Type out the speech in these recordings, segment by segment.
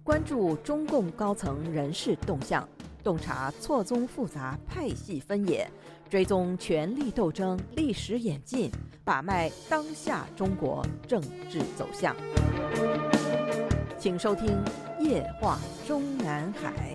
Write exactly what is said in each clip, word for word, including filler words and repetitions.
关注中共高层人事动向，洞察错综复杂派系分野，追踪权力斗争历史演进，把脉当下中国政治走向。请收听《夜话中南海》。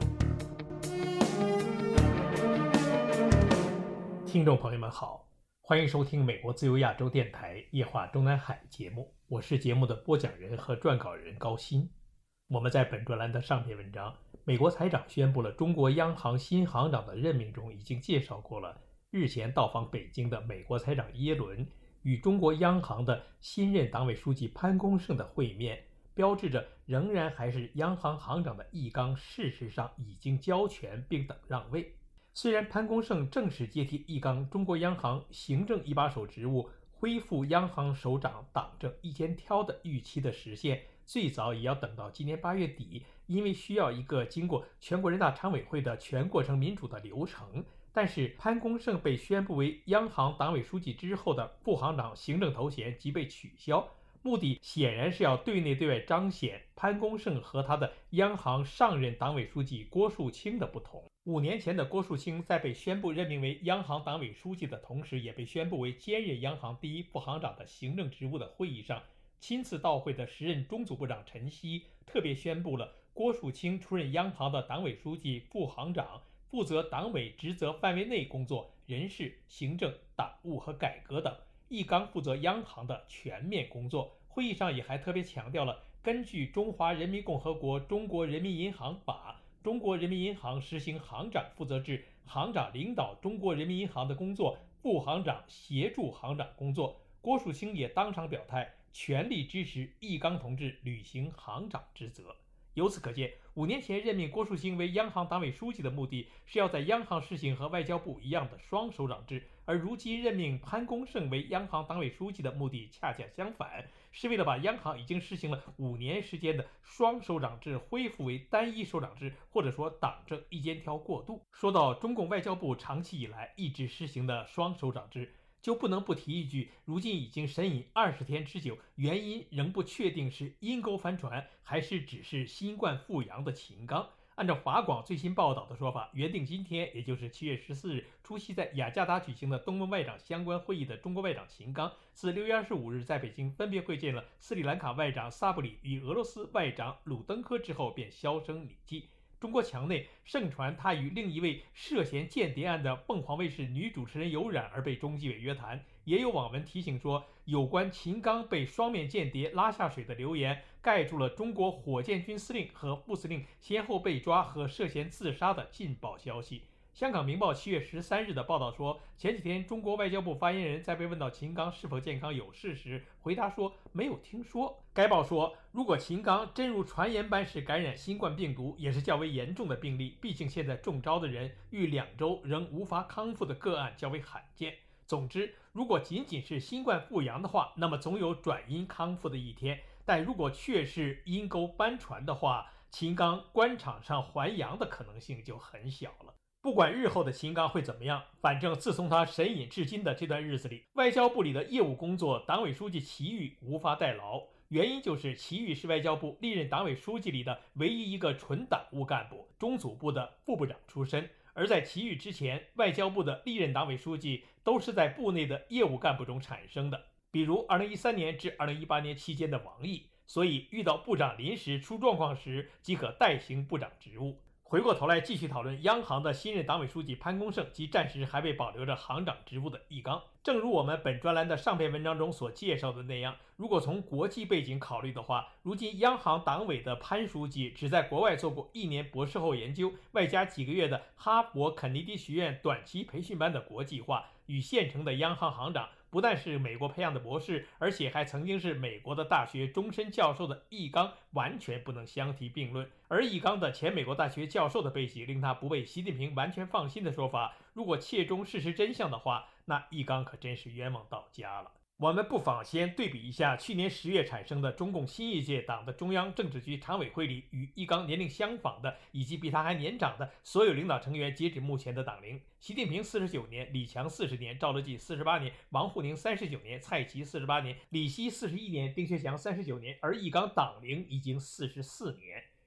听众朋友们好，欢迎收听美国自由亚洲电台《夜话中南海》节目，我是节目的播讲人和撰稿人高鑫。我们在本专栏的上篇文章，美国财长宣布了中国央行新行长的任命中，已经介绍过了日前到访北京的美国财长耶伦与中国央行的新任党委书记潘功胜的会面，标志着仍然还是央行行长的易纲事实上已经交权并等让位。虽然潘功胜正式接替易纲中国央行行政一把手职务，恢复央行首长党政一肩挑的预期的实现，最早也要等到今年八月底，因为需要一个经过全国人大常委会的全过程民主的流程。但是潘功胜被宣布为央行党委书记之后的副行长行政头衔即被取消，目的显然是要对内对外彰显潘功胜和他的央行上任党委书记郭树清的不同。五年前的郭树清在被宣布任命为央行党委书记的同时，也被宣布为兼任央行第一副行长的行政职务的会议上，亲自到会的时任中组部长陈希特别宣布了郭树清出任央行的党委书记、副行长，负责党委职责范围内工作、人事、行政、党务和改革等，易纲负责央行的全面工作。会议上也还特别强调了，根据《中华人民共和国中国人民银行法》，中国人民银行实行行长负责制，行长领导中国人民银行的工作，副行长协助行长工作。郭树清也当场表态，全力支持易纲同志履行行长职责。由此可见，五年前任命郭树清为央行党委书记的目的是要在央行实行和外交部一样的双首长制，而如今任命潘功胜为央行党委书记的目的恰恰相反，是为了把央行已经实行了五年时间的双首长制恢复为单一首长制，或者说党政一肩挑过渡。说到中共外交部长期以来一直实行的双首长制，就不能不提一句，如今已经审议二十天之久，原因仍不确定是阴沟翻船还是只是新冠复阳的秦刚。按照法广最新报道的说法，原定今天也就是七月十四日出席在雅加达举行的东盟外长相关会议的中国外长秦刚，自六月二十五日在北京分别会见了斯里兰卡外长萨布里与俄罗斯外长鲁登科之后，便销声匿迹。中国墙内盛传他与另一位涉嫌间谍案的凤凰卫视女主持人有染而被中纪委约谈，也有网文提醒说，有关秦刚被双面间谍拉下水的流言盖住了中国火箭军司令和副司令先后被抓和涉嫌自杀的劲爆消息。香港明报七月十三日的报道说，前几天中国外交部发言人在被问到秦刚是否健康有事时，回答说没有听说。该报说，如果秦刚真如传言般是感染新冠病毒，也是较为严重的病例，毕竟现在中招的人逾两周仍无法康复的个案较为罕见。总之，如果仅仅是新冠复阳的话，那么总有转阴康复的一天，但如果确是阴沟翻船的话，秦刚官场上还阳的可能性就很小了。不管日后的秦刚会怎么样，反正自从他神隐至今的这段日子里，外交部里的业务工作，党委书记齐豫无法代劳。原因就是齐豫是外交部历任党委书记里的唯一一个纯党务干部，中组部的副部长出身。而在齐豫之前，外交部的历任党委书记都是在部内的业务干部中产生的，比如二零一三年至二零一八年期间的王毅，所以遇到部长临时出状况时，即可代行部长职务。回过头来继续讨论央行的新任党委书记潘功胜及暂时还被保留着行长职务的易纲。正如我们本专栏的上篇文章中所介绍的那样，如果从国际背景考虑的话，如今央行党委的潘书记只在国外做过一年博士后研究，外加几个月的哈佛肯尼迪学院短期培训班的国际化，与现成的央行行长不但是美国培养的博士，而且还曾经是美国的大学终身教授的易纲完全不能相提并论。而易纲的前美国大学教授的背景令他不被习近平完全放心的说法，如果切中事实真相的话，那易纲可真是冤枉到家了。我们不妨先对比一下去年十月产生的中共新一届党的中央政治局常委会里与易纲年龄相仿的以及比他还年长的所有领导成员截止目前的党龄。习近平四十九年，李强四十年，赵乐际四十八年，王沪宁三十九年，蔡奇四十八年，李希四十一年，丁薛祥三十九年，而易纲党龄已经四十四年。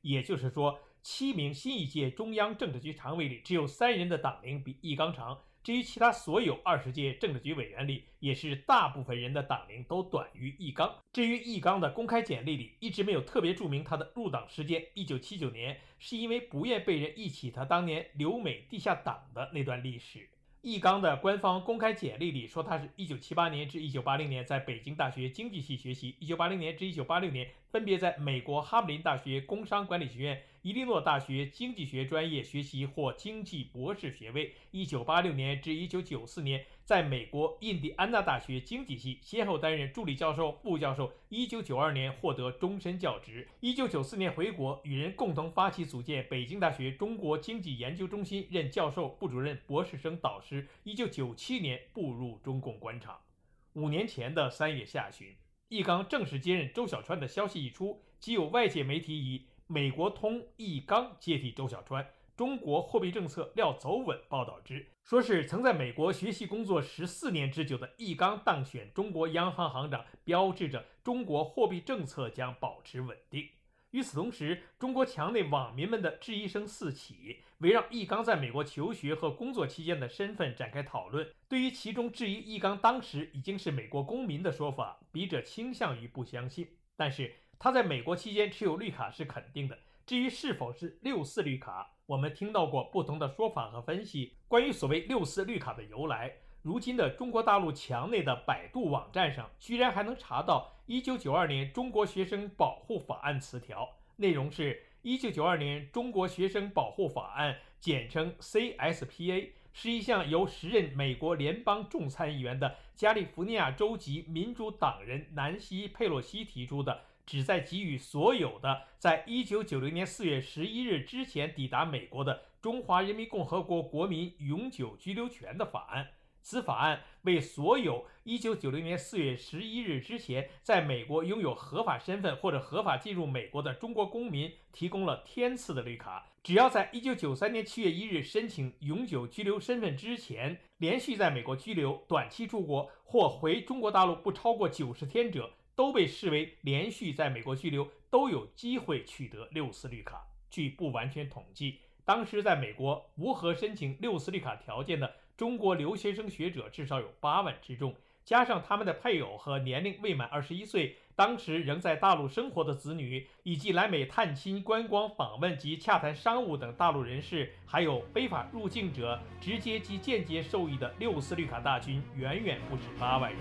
也就是说，七名新一届中央政治局常委里，只有三人的党龄比易纲长。至于其他所有二十届政治局委员里，也是大部分人的党龄都短于易纲。至于易纲的公开简历里，一直没有特别注明他的入党时间一九七九年，是因为不愿被人忆起他当年留美地下党的那段历史。易纲的官方公开简历里说，他是一九七八年至一九八零年在北京大学经济系学习，一九八零年至一九八六年分别在美国哈姆林大学工商管理学院、伊利诺大学经济学专业学习或经济博士学位，一九八六年至一九九四年在美国印第安纳大学经济系先后担任助理教授、副教授，一九九二年获得终身教职，一九九四年回国，与人共同发起组建北京大学中国经济研究中心，任教授、部主任、博士生导师，一九九七年步入中共官场。五年前的三月下旬，易纲正式接任周小川的消息一出，即有外界媒体以美国通易纲接替周小川，中国货币政策料走稳报道之，说是曾在美国学习工作十四年之久的易纲当选中国央行行长，标志着中国货币政策将保持稳定。与此同时，中国墙内网民们的质疑声四起，围绕易纲在美国求学和工作期间的身份展开讨论。对于其中质疑易纲当时已经是美国公民的说法，笔者倾向于不相信。但是他在美国期间持有绿卡是肯定的，至于是否是六四绿卡，我们听到过不同的说法和分析。关于所谓六四绿卡的由来，如今的中国大陆墙内的百度网站上居然还能查到一九九二年中国学生保护法案词条，内容是一九九二年中国学生保护法案，简称 C S P A， 是一项由时任美国联邦众参议员的加利福尼亚州籍民主党人南希·佩洛西提出的，旨在给予所有的在一九九零年四月十一日之前抵达美国的中华人民共和国国民永久居留权的法案。此法案为所有一九九零年四月十一日之前在美国拥有合法身份或者合法进入美国的中国公民提供了天赐的绿卡。只要在一九九三年七月一日申请永久居留身份之前，连续在美国居留、短期出国或回中国大陆不超过九十天者，都被视为连续在美国居留，都有机会取得六四绿卡。据不完全统计，当时在美国无合申请六四绿卡条件的中国留学生学者至少有八万之众，加上他们的配偶和年龄未满二十一岁、当时仍在大陆生活的子女，以及来美探亲、观光访问及洽谈商务等大陆人士，还有非法入境者直接及间接受益的六四绿卡大军，远远不止八万人。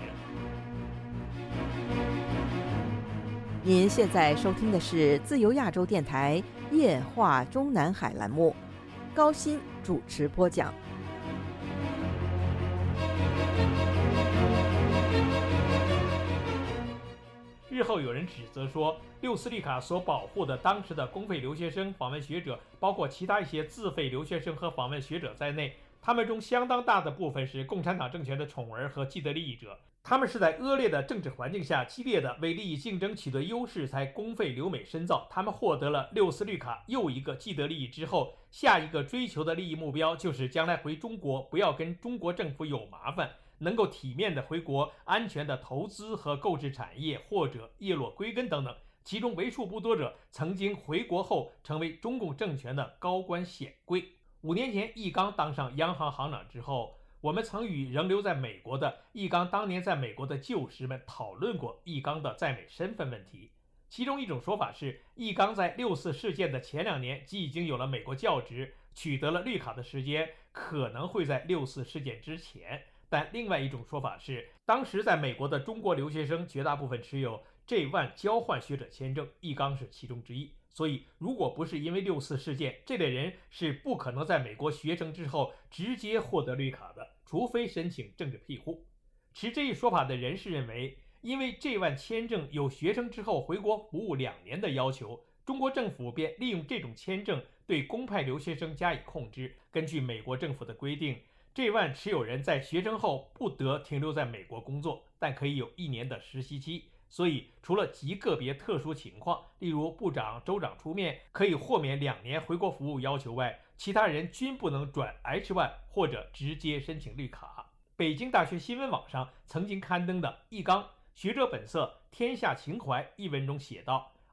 您现在收听的是自由亚洲电台夜话中南海栏目，高鑫主持播讲。 日后有人指责说，六四绿卡所保护的当时的公费留学生、访问学者，包括其他一些自费留学生和访问学者在内，他们中相当大的部分是共产党政权的宠儿和既得利益者。他们是在恶劣的政治环境下激烈的为利益竞争取得优势，才公费留美深造。他们获得了六四绿卡又一个既得利益之后，下一个追求的利益目标就是将来回中国不要跟中国政府有麻烦，能够体面的回国，安全的投资和购置产业，或者叶落归根等等。其中为数不多者曾经回国后成为中共政权的高官显贵。五年前易纲当上央行行长之后，我们曾与仍留在美国的易纲当年在美国的旧识们讨论过易纲的在美身份问题。其中一种说法是，易纲在六四事件的前两年即已经有了美国教职，取得了绿卡的时间可能会在六四事件之前。但另外一种说法是，当时在美国的中国留学生绝大部分持有 J 一 交换学者签证，易纲是其中之一。所以如果不是因为六四事件，这类人是不可能在美国学成之后直接获得绿卡的，除非申请政治庇护。持这一说法的人士认为，因为 J 一 签证有学成之后回国服务两年的要求，中国政府便利用这种签证对公派留学生加以控制。根据美国政府的规定， J 一 持有人在学成后不得停留在美国工作，但可以有一年的实习期。所以除了极个别特殊情况，例如部长、州长出面可以豁免两年回国服务要求外，其他人均不能转 H 一 或者直接申请绿卡。北京大学新闻网上曾经刊登的易纲学者本色天下情怀一文中写道，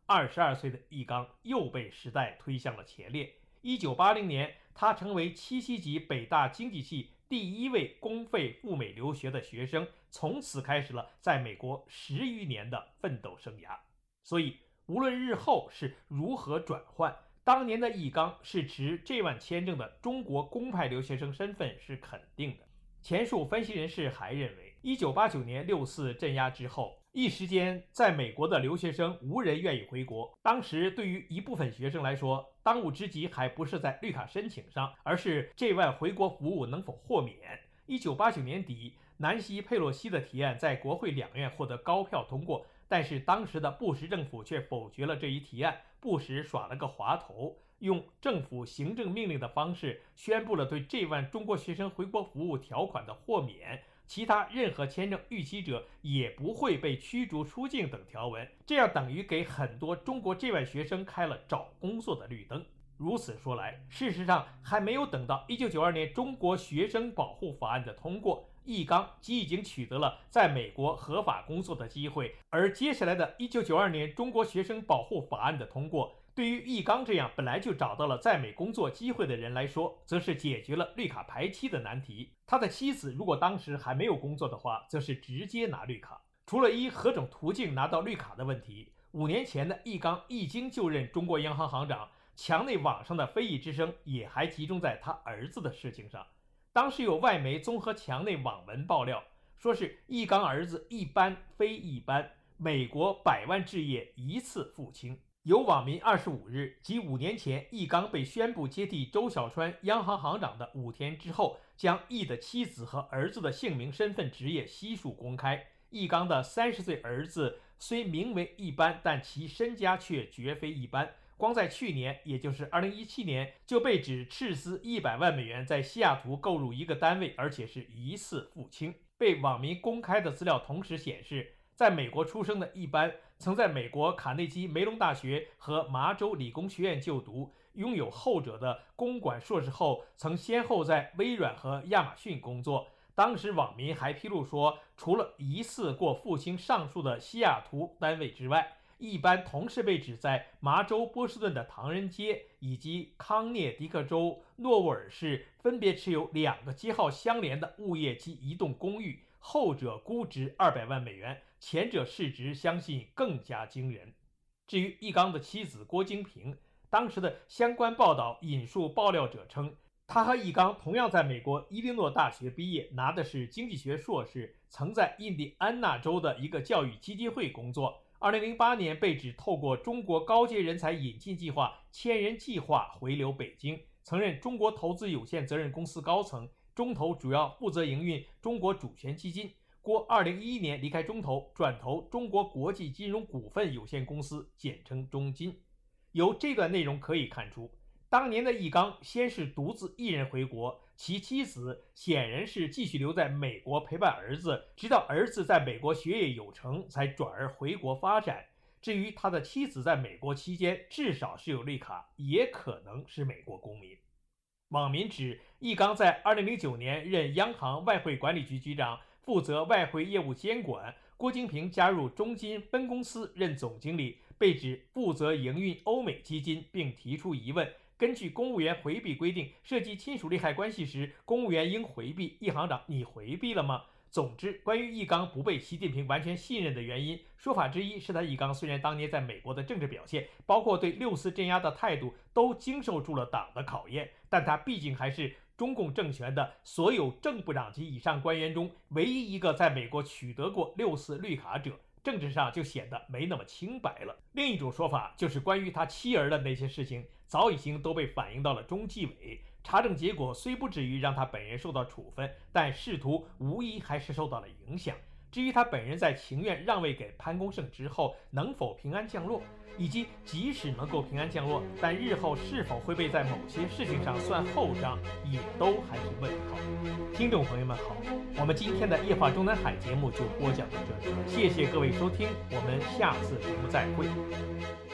二十二岁的易纲又被时代推向了前列。一九八零年，他成为七七级北大经济系第一位公费赴美留学的学生，从此开始了在美国十余年的奋斗生涯。所以，无论日后是如何转换，当年的易纲是持 J 一 签证的中国公派留学生身份是肯定的。前述分析人士还认为，一九八九年六四镇压之后，一时间在美国的留学生无人愿意回国。当时对于一部分学生来说，当务之急还不是在绿卡申请上，而是 J 一 回国服务能否豁免。一九八九年底，南希·佩洛西的提案在国会两院获得高票通过，但是当时的布什政府却否决了这一提案。布什耍了个滑头，用政府行政命令的方式宣布了对这万中国学生回国服务条款的豁免，其他任何签证逾期者也不会被驱逐出境等条文，这样等于给很多中国这万学生开了找工作的绿灯。如此说来，事实上还没有等到一九九二年中国学生保护法案的通过，易纲即已经取得了在美国合法工作的机会。而接下来的一九九二年中国学生保护法案的通过，对于易纲这样本来就找到了在美工作机会的人来说，则是解决了绿卡排期的难题。他的妻子如果当时还没有工作的话，则是直接拿绿卡。除了依何种途径拿到绿卡的问题，五年前的易纲一经就任中国央行行长，墙内网上的非议之声也还集中在他儿子的事情上。当时有外媒综合墙内网文爆料，说是易纲儿子一般非一般，美国百万置业一次付清。有网民二十五日，即五年前易纲被宣布接替周小川央行行长的五天之后，将易的妻子和儿子的姓名、身份、职业悉数公开。易纲的三十岁儿子虽名为一般，但其身家却绝非一般。光在去年，也就是二零一七年，就被指斥资一百万美元在西雅图购入一个单位，而且是一次付清。被网民公开的资料同时显示，在美国出生的一般，曾在美国卡内基梅隆大学和麻州理工学院就读，拥有后者的公管硕士后，曾先后在微软和亚马逊工作。当时网民还披露说，除了一次过付清上述的西雅图单位之外，一般同时被指在麻州波士顿的唐人街以及康涅狄克州诺沃尔市分别持有两个街号相连的物业及一栋公寓，后者估值二百万美元，前者市值相信更加惊人。至于易纲的妻子郭京平，当时的相关报道引述爆料者称，他和易纲同样在美国伊利诺大学毕业，拿的是经济学硕士，曾在印第安纳州的一个教育基金会工作。二零零八年被指透过中国高阶人才引进计划千人计划回流北京，曾任中国投资有限责任公司高层，中投主要负责营运中国主权基金。郭二零一一年离开中投，转投中国国际金融股份有限公司，简称中金。由这段内容可以看出，当年的易纲先是独自一人回国，其妻子显然是继续留在美国陪伴儿子，直到儿子在美国学业有成，才转而回国发展。至于他的妻子在美国期间，至少是有绿卡，也可能是美国公民。网民指，易纲在二零零九年任央行外汇管理局局长，负责外汇业务监管。郭京平加入中金分公司任总经理，被指负责营运欧美基金，并提出疑问。根据公务员回避规定，涉及亲属利害关系时，公务员应回避。易行长，你回避了吗？总之，关于易纲不被习近平完全信任的原因，说法之一是他易纲虽然当年在美国的政治表现，包括对六四镇压的态度，都经受住了党的考验，但他毕竟还是中共政权的所有正部长级以上官员中唯一一个在美国取得过六四绿卡者，政治上就显得没那么清白了。另一种说法就是关于他妻儿的那些事情，早已经都被反映到了中纪委，查证结果虽不至于让他本人受到处分，但仕途无疑还是受到了影响。至于他本人在情愿让位给潘功胜之后能否平安降落，以及即使能够平安降落，但日后是否会被在某些事情上算后账，也都还是问号。听众朋友们好，我们今天的夜话中南海节目就播讲到这里，谢谢各位收听，我们下次节目再会。